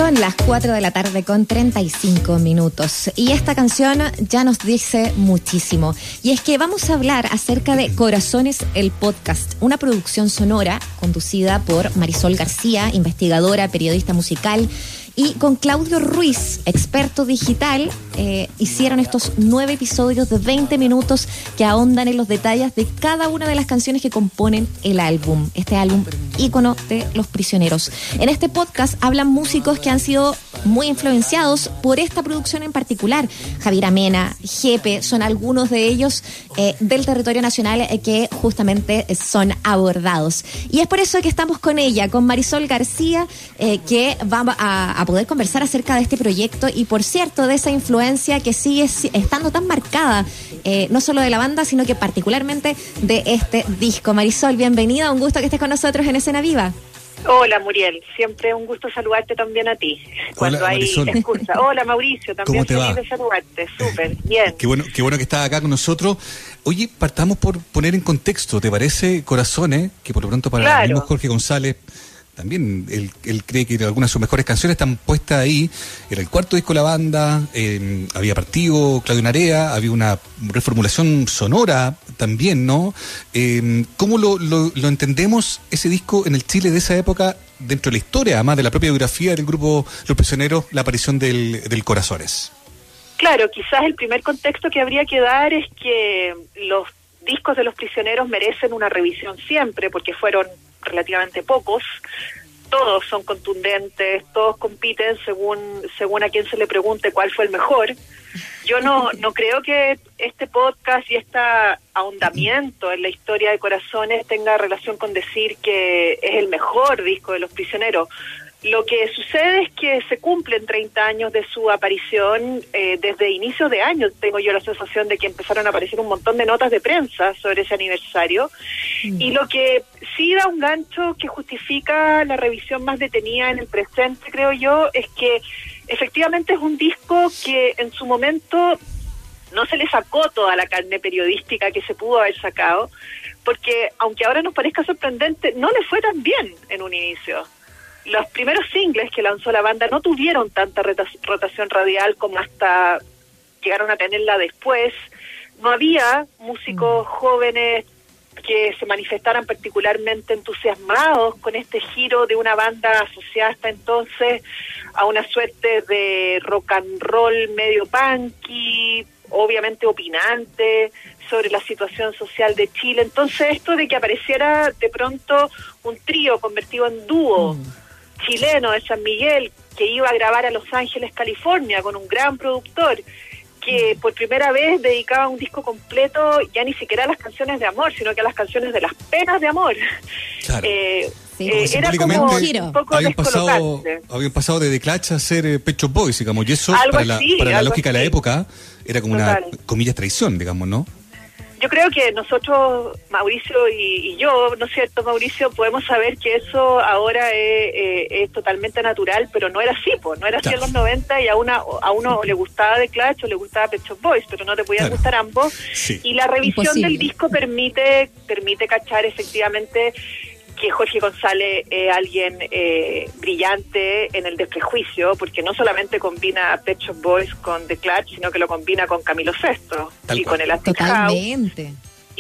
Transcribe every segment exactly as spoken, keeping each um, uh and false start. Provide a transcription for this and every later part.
Son las cuatro de la tarde con treinta y cinco minutos y esta canción ya nos dice muchísimo. Y es que vamos a hablar acerca de Corazones, el podcast, una producción sonora conducida por Marisol García, investigadora, periodista musical, y con Claudio Ruiz, experto digital. Eh, hicieron estos nueve episodios de veinte minutos que ahondan en los detalles de cada una de las canciones que componen el álbum, este álbum ícono de Los Prisioneros. En este podcast hablan músicos que han sido muy influenciados por esta producción en particular. Javier Amena, Jepe, son algunos de ellos eh, del territorio nacional eh, que justamente son abordados. Y es por eso que estamos con ella, con Marisol García, eh, que va a, a poder conversar acerca de este proyecto y, por cierto, de esa influencia que sigue estando tan marcada, eh, no solo de la banda, sino que particularmente de este disco. Marisol, bienvenida, un gusto que estés con nosotros en Escena Viva. Hola, Muriel, siempre un gusto saludarte también a ti, cuando Hola, hay Marisol. excusa. Hola, Mauricio, también ¿Cómo te feliz va? de saludarte, súper, bien. Qué bueno, qué bueno que estás acá con nosotros. Oye, partamos por poner en contexto, ¿te parece Corazones? Que por lo pronto para Claro. el mismo Jorge González, también él, él cree que algunas de sus mejores canciones están puestas ahí. Era el cuarto disco de la banda, eh, había partido Claudio Narea, había una reformulación sonora también, ¿no? Eh, ¿Cómo lo, lo, lo entendemos ese disco en el Chile de esa época, dentro de la historia, además de la propia biografía del grupo Los Prisioneros, la aparición del, del Corazones? Claro, quizás el primer contexto que habría que dar es que los discos de Los Prisioneros merecen una revisión siempre, porque fueron relativamente pocos. Todos son contundentes, todos compiten según según a quien se le pregunte cuál fue el mejor. Yo no no creo que este podcast y este ahondamiento en la historia de Corazones tenga relación con decir que es el mejor disco de Los Prisioneros. Lo que sucede es que se cumplen treinta años de su aparición. Eh, desde inicios de año tengo yo la sensación de que empezaron a aparecer un montón de notas de prensa sobre ese aniversario. Mm. Y lo que sí da un gancho que justifica la revisión más detenida en el presente, creo yo, es que efectivamente es un disco que en su momento no se le sacó toda la carne periodística que se pudo haber sacado, porque aunque ahora nos parezca sorprendente, no le fue tan bien en un inicio. Los primeros singles que lanzó la banda no tuvieron tanta rotación radial como hasta llegaron a tenerla después. No había músicos mm. jóvenes que se manifestaran particularmente entusiasmados con este giro de una banda asociada hasta entonces a una suerte de rock and roll medio punky, obviamente opinante sobre la situación social de Chile. Entonces esto de que apareciera de pronto un trío convertido en dúo mm. chileno de San Miguel, que iba a grabar a Los Ángeles, California, con un gran productor, que por primera vez dedicaba un disco completo ya ni siquiera a las canciones de amor, sino que a las canciones de las penas de amor. Claro. Eh, sí, eh, era como un poco habían pasado, descolocante. habían pasado de The Clash a ser eh, Pet Shop Boys, digamos, y eso Algo para la, así, para la algo lógica así. de la época era como Total. una, comillas, traición, digamos, ¿no? Yo creo que nosotros, Mauricio y, y yo, ¿no es cierto, Mauricio? Podemos saber que eso ahora es, eh, es totalmente natural, pero no era así, pues, no era así Claro. en los noventa y a, una, a uno le gustaba The Clash o le gustaba Pet Shop Boys, pero no te podían Claro. gustar ambos. Sí. Y la revisión Imposible. del disco permite, permite cachar efectivamente que Jorge González es alguien eh, brillante en el desprejuicio, porque no solamente combina Pet Shop Boys con The Clash, sino que lo combina con Camilo Sesto Tal y cual. con Elastic House. Totalmente.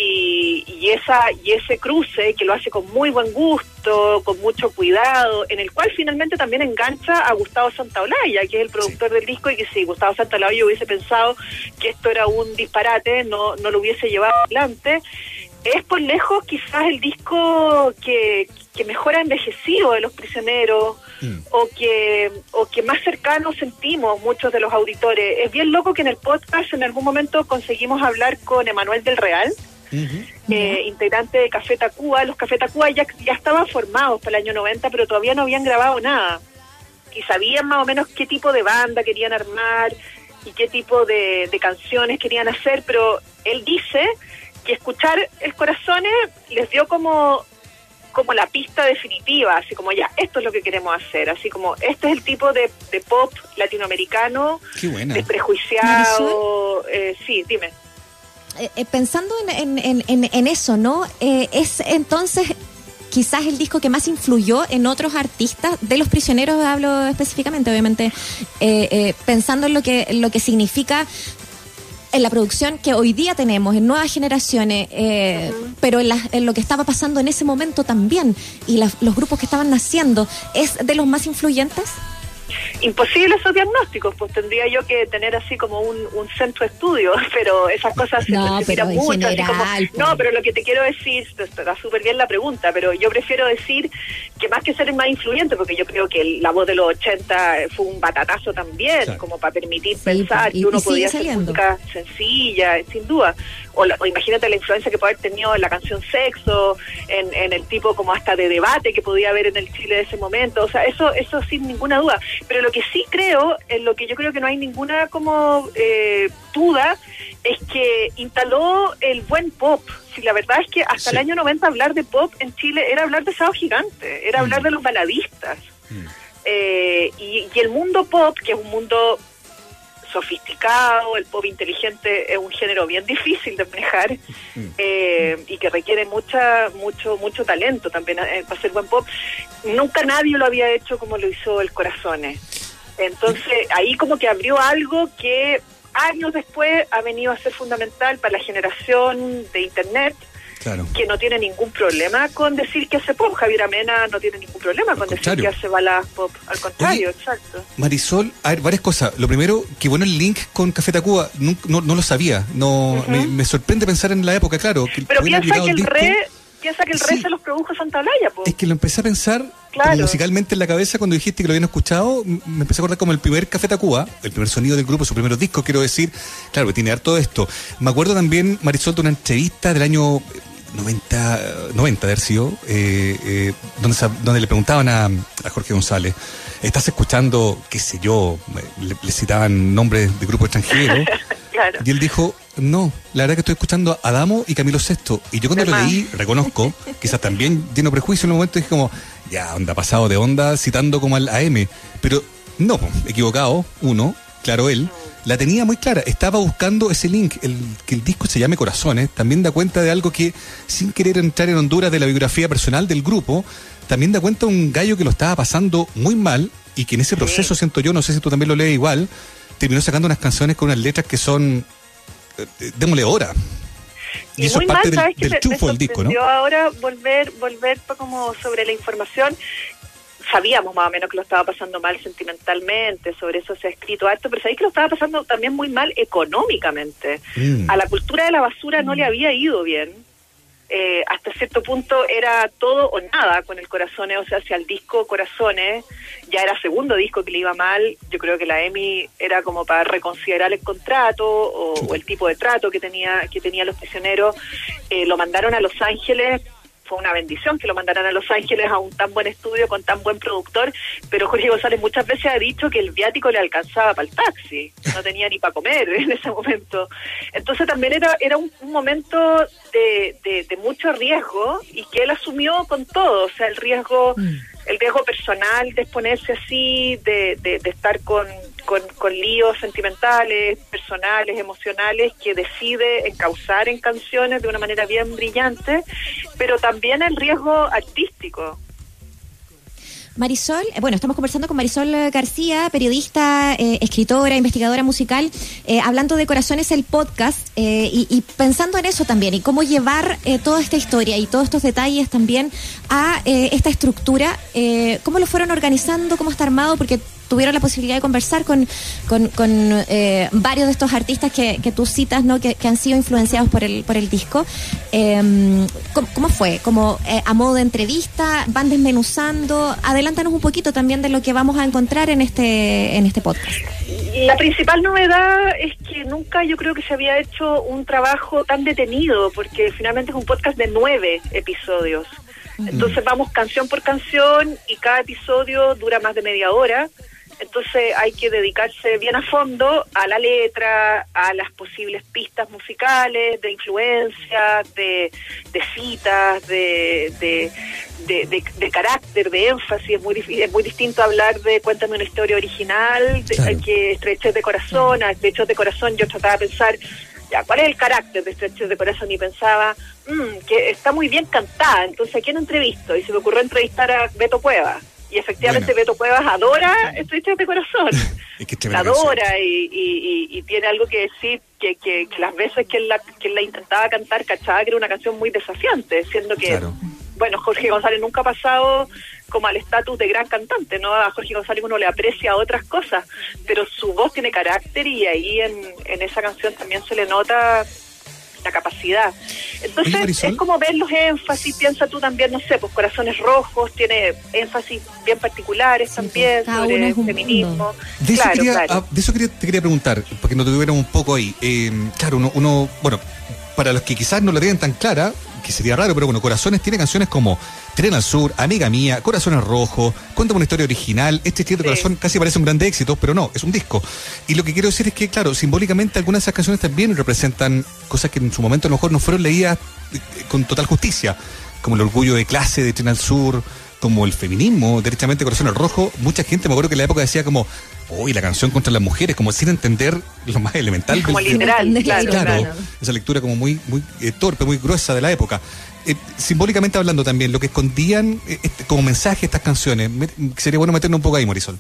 Y, y esa y ese cruce que lo hace con muy buen gusto, con mucho cuidado, en el cual finalmente también engancha a Gustavo Santaolalla, que es el productor sí. del disco, y que si Gustavo Santaolalla hubiese pensado que esto era un disparate, no, no lo hubiese llevado adelante. Es por lejos quizás el disco que, que mejor ha envejecido de Los Prisioneros, mm. o que o que más cercano sentimos muchos de los auditores. Es bien loco que en el podcast en algún momento conseguimos hablar con Emanuel del Real, uh-huh. eh, integrante de Café Tacuba. Los Café Tacuba ya, ya estaban formados para el año noventa, pero todavía no habían grabado nada. Y sabían más o menos qué tipo de banda querían armar y qué tipo de, de canciones querían hacer, pero él dice que escuchar El Corazones les dio como como la pista definitiva, así como ya, esto es lo que queremos hacer, así como este es el tipo de, de pop latinoamericano, desprejuiciado. Eh, sí, dime. Eh, eh, pensando en, en, en, en eso, ¿no? Eh, es entonces quizás el disco que más influyó en otros artistas, de Los Prisioneros hablo específicamente, obviamente, eh, eh, pensando en lo que, en lo que significa en la producción que hoy día tenemos, en nuevas generaciones, eh, uh-huh. pero en, la, en lo que estaba pasando en ese momento también, y la, los grupos que estaban naciendo, ¿es de los más influyentes? Imposible esos diagnósticos, pues tendría yo que tener así como un, un centro de estudio, pero esas cosas se no, necesitan mucho. General, así como, pues. No, pero lo que te quiero decir, está súper bien la pregunta, pero yo prefiero decir que más que ser el más influyente, porque yo creo que el, la voz de los ochenta fue un batatazo también, claro. como para permitir sí, pensar y, que uno podía hacer música sencilla, sin duda. O, la, o imagínate la influencia que puede haber tenido en la canción Sexo, en, en el tipo como hasta de debate que podía haber en el Chile de ese momento, o sea, eso eso sin ninguna duda. Pero lo que sí creo, en lo que yo creo que no hay ninguna como eh, duda, es que instaló el buen pop. Si la verdad es que hasta sí. el año noventa hablar de pop en Chile era hablar de Sábado Gigante, era mm. hablar de los baladistas. Mm. Eh, y, y el mundo pop, que es un mundo sofisticado, el pop inteligente es un género bien difícil de manejar mm. eh, y que requiere mucha mucho mucho talento también eh, para ser buen pop. Nunca nadie lo había hecho como lo hizo el Corazones. Entonces ahí como que abrió algo que años después ha venido a ser fundamental para la generación de internet. Claro. Que no tiene ningún problema con decir que hace pop. Javier Amena no tiene ningún problema al con contrario. decir que hace baladas pop. Al contrario, Oye, exacto. Marisol, a ver, varias cosas. Lo primero, que bueno el link con Café Tacuba. No, no, no lo sabía. No uh-huh. me, me sorprende pensar en la época, claro. Que Pero piensa que el, el re, piensa que el sí. re se los produjo Santa Olaya, po. Es que lo empecé a pensar claro. como musicalmente en la cabeza cuando dijiste que lo habían escuchado. Me empecé a acordar como el primer Café Tacuba, el primer sonido del grupo, sus primeros discos, quiero decir. Claro, que tiene harto esto. Me acuerdo también, Marisol, de una entrevista del año noventa, noventa de haber sido, eh, eh, donde, donde le preguntaban a, a Jorge González, ¿estás escuchando, qué sé yo, le, le citaban nombres de grupos extranjeros? Claro. Y él dijo, no, la verdad que estoy escuchando a Adamo y Camilo Sesto. Y yo cuando lo leí, reconozco, quizás también lleno de prejuicio en un momento, dije como, ya, onda, pasado de onda, citando como al A M. Pero no, equivocado, uno, claro él, la tenía muy clara, estaba buscando ese link, el que el disco se llame Corazones, también da cuenta de algo que, sin querer entrar en Honduras de la biografía personal del grupo, también da cuenta de un gallo que lo estaba pasando muy mal y que en ese proceso, sí. siento yo, no sé si tú también lo lees igual, terminó sacando unas canciones con unas letras que son, eh, démosle hora. Y, y eso es parte mal, del, del chufo del disco, ¿no? Ahora volver, volver como sobre la información. Sabíamos más o menos que lo estaba pasando mal sentimentalmente, sobre eso se ha escrito harto, pero sabéis que lo estaba pasando también muy mal económicamente. Mm. A la cultura de la basura no le había ido bien. Eh, hasta cierto punto era todo o nada con el Corazones, o sea, si al disco Corazones ya era segundo disco que le iba mal, yo creo que la E M I era como para reconsiderar el contrato o, o el tipo de trato que tenía que tenía Los Prisioneros. Eh, lo mandaron a Los Ángeles. Fue una bendición que lo mandaran a Los Ángeles a un tan buen estudio con tan buen productor, pero Jorge González muchas veces ha dicho que el viático le alcanzaba para el taxi, no tenía ni para comer en ese momento. Entonces también era era un, un momento de, de, de mucho riesgo y que él asumió con todo, o sea, el riesgo mm. el riesgo personal de exponerse así, de, de, de estar con, con, con líos sentimentales, personales, emocionales, que decide encauzar en canciones de una manera bien brillante, pero también el riesgo artístico. Marisol, bueno, estamos conversando con Marisol García, periodista, eh, escritora, investigadora musical, eh, hablando de Corazones, el podcast, eh, y, y pensando en eso también, y cómo llevar eh, toda esta historia y todos estos detalles también a eh, esta estructura, eh, cómo lo fueron organizando, cómo está armado, porque tuvieron la posibilidad de conversar con, con, con eh, varios de estos artistas que, que tú citas, ¿no? Que, que han sido influenciados por el por el disco. Eh, ¿cómo, ¿Cómo fue? ¿Como eh, a modo de entrevista? ¿Van desmenuzando? Adelántanos un poquito también de lo que vamos a encontrar en este en este podcast. La principal novedad es que nunca yo creo que se había hecho un trabajo tan detenido, porque finalmente es un podcast de nueve episodios. Entonces vamos canción por canción y cada episodio dura más de media hora. Entonces hay que dedicarse bien a fondo a la letra, a las posibles pistas musicales, de influencia, de, de citas, de, de, de, de, de carácter, de énfasis. Es muy difícil, es muy distinto hablar de Cuéntame una historia original, de, claro. que Estrechez de Corazón. A Estrechez de Corazón yo trataba de pensar, ya, ¿cuál es el carácter de Estrechez de Corazón? Y pensaba, mmm, que está muy bien cantada, entonces ¿a quién entrevisto? Y se me ocurrió entrevistar a Beto Cuevas. Y efectivamente bueno. Beto Cuevas adora Estrechas de Corazón. Es que la adora y, y, y, y tiene algo que decir que, que, que las veces que él, la, que él la intentaba cantar, cachaba que era una canción muy desafiante, siendo que, claro. bueno, Jorge González nunca ha pasado como al estatus de gran cantante, ¿no? A Jorge González uno le aprecia otras cosas, pero su voz tiene carácter y ahí en, en esa canción también se le nota la capacidad. Entonces Oye, es como ver los énfasis, piensa tú también, no sé, pues Corazones Rojos tiene énfasis bien particulares sí, también sobre el feminismo. De, claro, eso quería, claro. ah, de eso quería, te quería preguntar, porque nos tuviéramos un poco ahí. Eh, claro, uno, uno, bueno, para los que quizás no la tienen tan clara, que sería raro, pero bueno, Corazones tiene canciones como Tren al Sur, Amiga Mía, Corazones Rojos, Cuéntame una historia original. Este Chiste de sí. Corazón casi parece un gran éxito, pero no, es un disco. Y lo que quiero decir es que, claro, simbólicamente algunas de esas canciones también representan cosas que en su momento a lo mejor no fueron leídas con total justicia, como el orgullo de clase de Tren al Sur, como el feminismo, derechamente Corazones Rojos. Mucha gente, me acuerdo que en la época decía como, uy, la canción contra las mujeres, como sin entender lo más elemental. Como del, literal, del, claro, claro, claro. Esa lectura como muy, muy eh, torpe, muy gruesa de la época. Eh, simbólicamente hablando también, lo que escondían eh, este, como mensaje estas canciones, me, sería bueno meternos un poco ahí, Marisol.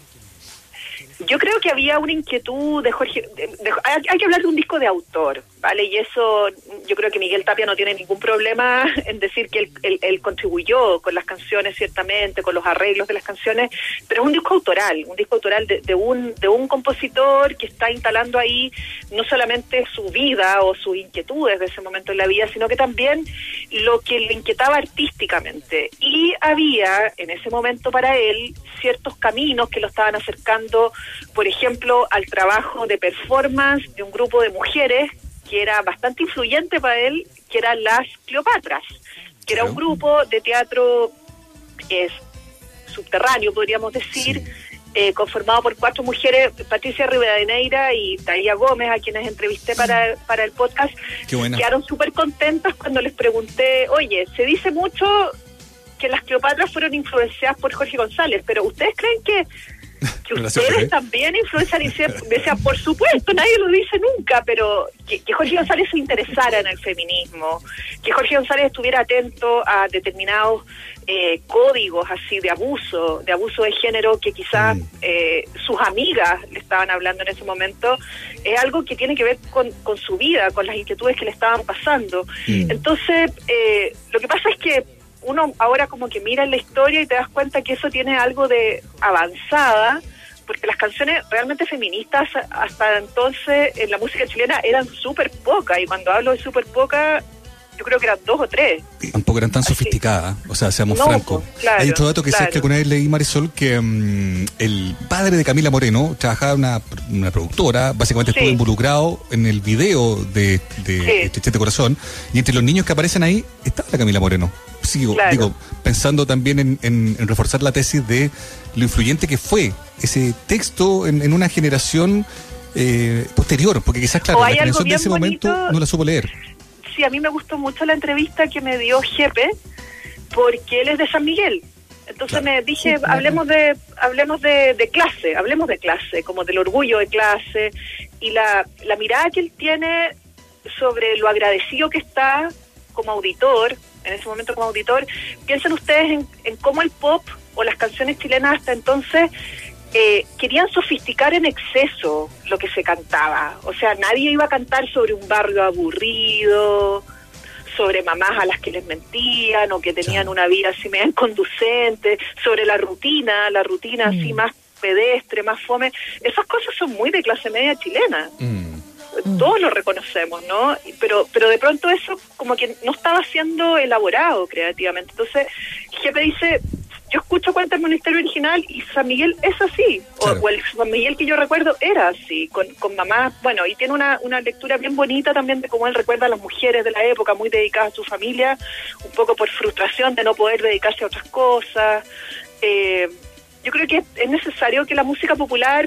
Yo creo que había una inquietud de Jorge, de, de, hay, hay que hablar de un disco de autor, ¿vale? Y eso, yo creo que Miguel Tapia no tiene ningún problema en decir que él, él, él contribuyó con las canciones, ciertamente, con los arreglos de las canciones, pero es un disco autoral, un disco autoral de, de un de un compositor que está instalando ahí no solamente su vida o sus inquietudes de ese momento en la vida, sino que también lo que le inquietaba artísticamente. Y había, en ese momento para él, ciertos caminos que lo estaban acercando, por ejemplo, al trabajo de performance de un grupo de mujeres que era bastante influyente para él, que eran las Cleopatras, que era un grupo de teatro eh, subterráneo, podríamos decir, sí. eh, conformado por cuatro mujeres, Patricia Rivadeneira y Thalia Gómez, a quienes entrevisté para, para el podcast. Quedaron súper contentas cuando les pregunté, oye, se dice mucho que las Cleopatras fueron influenciadas por Jorge González, pero ¿ustedes creen que que ustedes también influencian? Y decían, por supuesto, nadie lo dice nunca, pero que, que Jorge González se interesara en el feminismo, que Jorge González estuviera atento a determinados eh, códigos así de abuso, de abuso de género que quizás mm. eh, sus amigas le estaban hablando en ese momento, es algo que tiene que ver con, con su vida, con las inquietudes que le estaban pasando. Mm. Entonces, eh, lo que pasa es que uno ahora como que mira en la historia y te das cuenta que eso tiene algo de avanzada, porque las canciones realmente feministas hasta entonces en la música chilena eran súper pocas, y cuando hablo de súper pocas, yo creo que eran dos o tres. Tampoco eran tan Así. sofisticadas, o sea, seamos no, francos. Claro, Hay otro dato que claro. sé que alguna vez leí, Marisol, que um, el padre de Camila Moreno trabajaba en una, una productora, básicamente sí. estuvo involucrado en el video de, de sí. Chiste de Corazón, y entre los niños que aparecen ahí estaba la Camila Moreno. Sigo, claro. digo, pensando también en, en, en reforzar la tesis de lo influyente que fue ese texto en, en una generación eh, posterior, porque quizás, claro, la generación de ese bonito, momento no la supo leer. Sí, a mí me gustó mucho la entrevista que me dio Jepe, porque él es de San Miguel. Entonces claro. me dije, sí, hablemos de hablemos de, de clase, hablemos de clase, como del orgullo de clase, y la, la mirada que él tiene sobre lo agradecido que está como auditor, en ese momento como auditor. Piensen ustedes en, en cómo el pop o las canciones chilenas hasta entonces eh, querían sofisticar en exceso lo que se cantaba. O sea, nadie iba a cantar sobre un barrio aburrido, sobre mamás a las que les mentían o que tenían una vida así medio inconducente, sobre la rutina, la rutina mm. así más pedestre, más fome. Esas cosas son muy de clase media chilena. Mm. Todos lo reconocemos, ¿no? Pero pero de pronto eso como que no estaba siendo elaborado creativamente. Entonces, Jepe dice, yo escucho Cuéntame una historia original y San Miguel es así. Claro. O, o el San Miguel que yo recuerdo era así, con, con mamá. Bueno, y tiene una, una lectura bien bonita también de cómo él recuerda a las mujeres de la época, muy dedicadas a su familia, un poco por frustración de no poder dedicarse a otras cosas. Eh, yo creo que es necesario que la música popular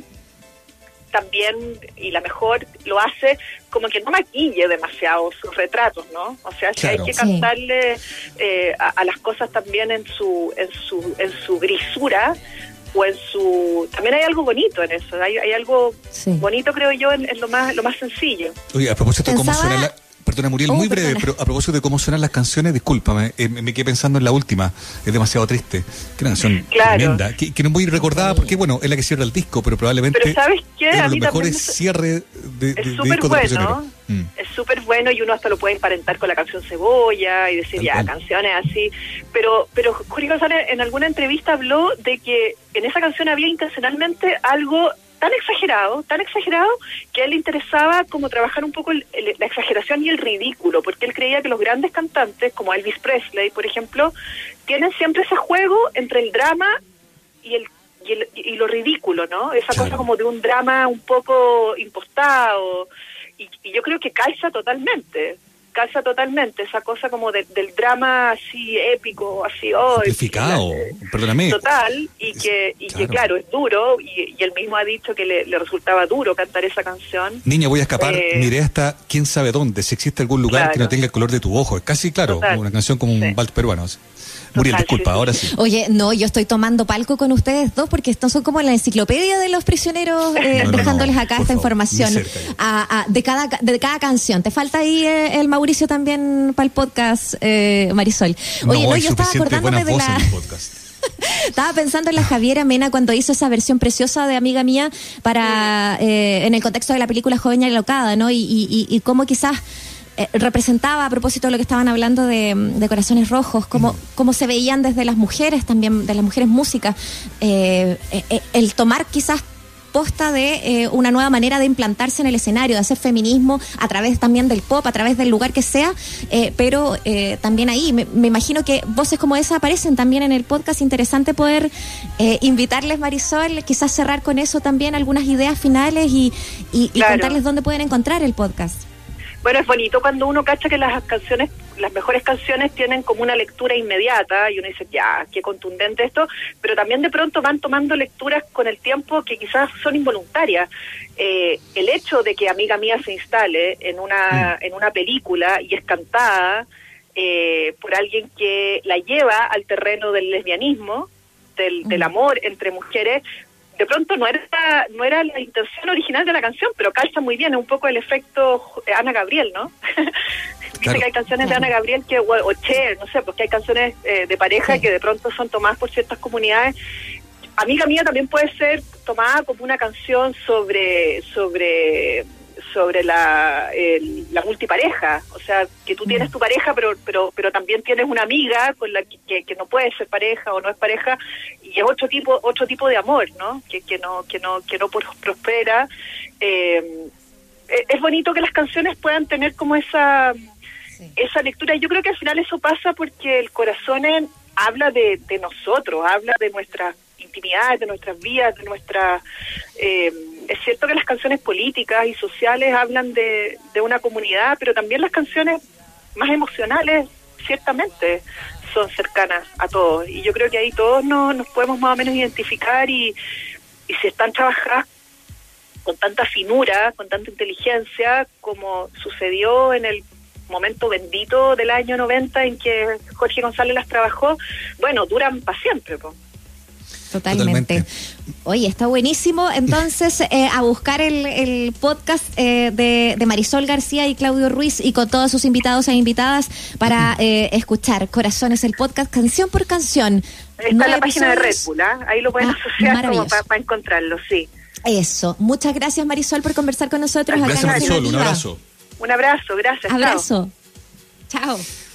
también, y la mejor lo hace, como que no maquille demasiado sus retratos, ¿no? O sea, claro. hay que cantarle eh, a, a las cosas también en su en su en su grisura, o en su... También hay algo bonito en eso, hay, hay algo sí. bonito, creo yo, en, en lo más lo más sencillo. Oye, a propósito de cómo suena la... Perdona, Muriel, Oh, muy breve, perdona. pero a propósito de cómo suenan las canciones, discúlpame, eh, me me quedé pensando en la última, es demasiado triste. Que una canción Claro. tremenda, que, que no es muy recordada porque, bueno, es la que cierra el disco, pero probablemente Pero ¿sabes qué? es uno A de mí los mejores también me- cierres de, de, Es de súper discos de los bueno, prisioneros. Mm. es súper bueno y uno hasta lo puede emparentar con la canción Cebolla y decir, Tal ya, cual. canciones así. Pero pero Jorge González en alguna entrevista habló de que en esa canción había intencionalmente algo tan exagerado, tan exagerado, que a él le interesaba como trabajar un poco el- el- la exageración y el ridículo, porque él creía que los grandes cantantes, como Elvis Presley, por ejemplo, tienen siempre ese juego entre el drama y el y, el, y lo ridículo, ¿no? Esa Claro. cosa como de un drama un poco impostado, y, y yo creo que calza totalmente, calza totalmente esa cosa como de, del drama así épico, así oh, Simplificado, perdóname. total, y que y Claro. que claro, es duro, y, y él mismo ha dicho que le, le resultaba duro cantar esa canción. Niña, voy a escapar, Eh, miré hasta quién sabe dónde, si existe algún lugar Claro. que no tenga el color de tu ojo. Es casi, claro, Total. una canción como un Sí. vals peruano. así. Muriel, Total, disculpa, sí, sí. ahora sí. Oye, no, yo estoy tomando palco con ustedes dos porque estos son como la enciclopedia de los prisioneros, eh, No, no, dejándoles no, acá por esta favor, información ni cerca ya. a- a- de, cada, de cada canción. ¿Te falta ahí eh, el Mauricio también para el podcast, eh, Marisol? Oye, no, hay yo estaba suficiente acordándome buenas de voces la... en el podcast. Estaba pensando en la Javiera Mena cuando hizo esa versión preciosa de Amiga Mía para eh, en el contexto de la película Joven y Alocada, ¿no? Y, y, y, y cómo quizás eh, representaba, a propósito de lo que estaban hablando de, de Corazones Rojos, cómo, cómo se veían desde las mujeres también, de las mujeres músicas, eh, eh, el tomar quizás posta de eh, una nueva manera de implantarse en el escenario, de hacer feminismo a través también del pop, a través del lugar que sea, eh, pero eh, también ahí, me, me imagino que voces como esa aparecen también en el podcast. Interesante poder eh, invitarles, Marisol, quizás cerrar con eso también algunas ideas finales y, y, y Claro. contarles dónde pueden encontrar el podcast. Bueno, es bonito cuando uno cacha que las canciones, las mejores canciones tienen como una lectura inmediata y uno dice, ya, qué contundente esto, pero también de pronto van tomando lecturas con el tiempo que quizás son involuntarias. Eh, el hecho de que Amiga Mía se instale en una, en una película y es cantada eh, por alguien que la lleva al terreno del lesbianismo, del, del amor entre mujeres, de pronto no era no era la intención original de la canción, pero calza muy bien, es un poco el efecto Ana Gabriel, ¿no? Viste Claro. que hay canciones de Ana Gabriel que, o, o Cher, no sé, porque hay canciones eh, de pareja Sí. que de pronto son tomadas por ciertas comunidades. Amiga Mía también puede ser tomada como una canción sobre sobre sobre la el- la multipareja, o sea, que tú tienes tu pareja, pero pero pero también tienes una amiga con la que, que, que no puede ser pareja o no es pareja, y es otro tipo otro tipo de amor, ¿no? Que que no que no que no pros- prospera. Eh, es es bonito que las canciones puedan tener como esa Sí. esa lectura. Yo creo que al final eso pasa porque el corazón en- habla de, de nosotros, habla de nuestras intimidades, de nuestras vidas, de nuestra... Eh, es cierto que las canciones políticas y sociales hablan de, de una comunidad, pero también las canciones más emocionales ciertamente son cercanas a todos. Y yo creo que ahí todos nos, nos podemos más o menos identificar y, y si están trabajadas con tanta finura, con tanta inteligencia, como sucedió en el momento bendito del año noventa en que Jorge González las trabajó, bueno, duran para siempre, po. Totalmente. Totalmente. Oye, está buenísimo. Entonces, eh, a buscar el, el podcast eh, de, de Marisol García y Claudio Ruiz y con todos sus invitados e invitadas para eh, escuchar Corazones, el podcast, canción por canción. Está en Nueve la página de Red episodios. Bull, ¿ah? Ahí lo pueden Ah, asociar como maravilloso. para encontrarlo, sí. Eso. Muchas gracias, Marisol, por conversar con nosotros. acá Gracias, en Marisol, un Alternativa. abrazo. Un abrazo, gracias. chao. Abrazo. Chao.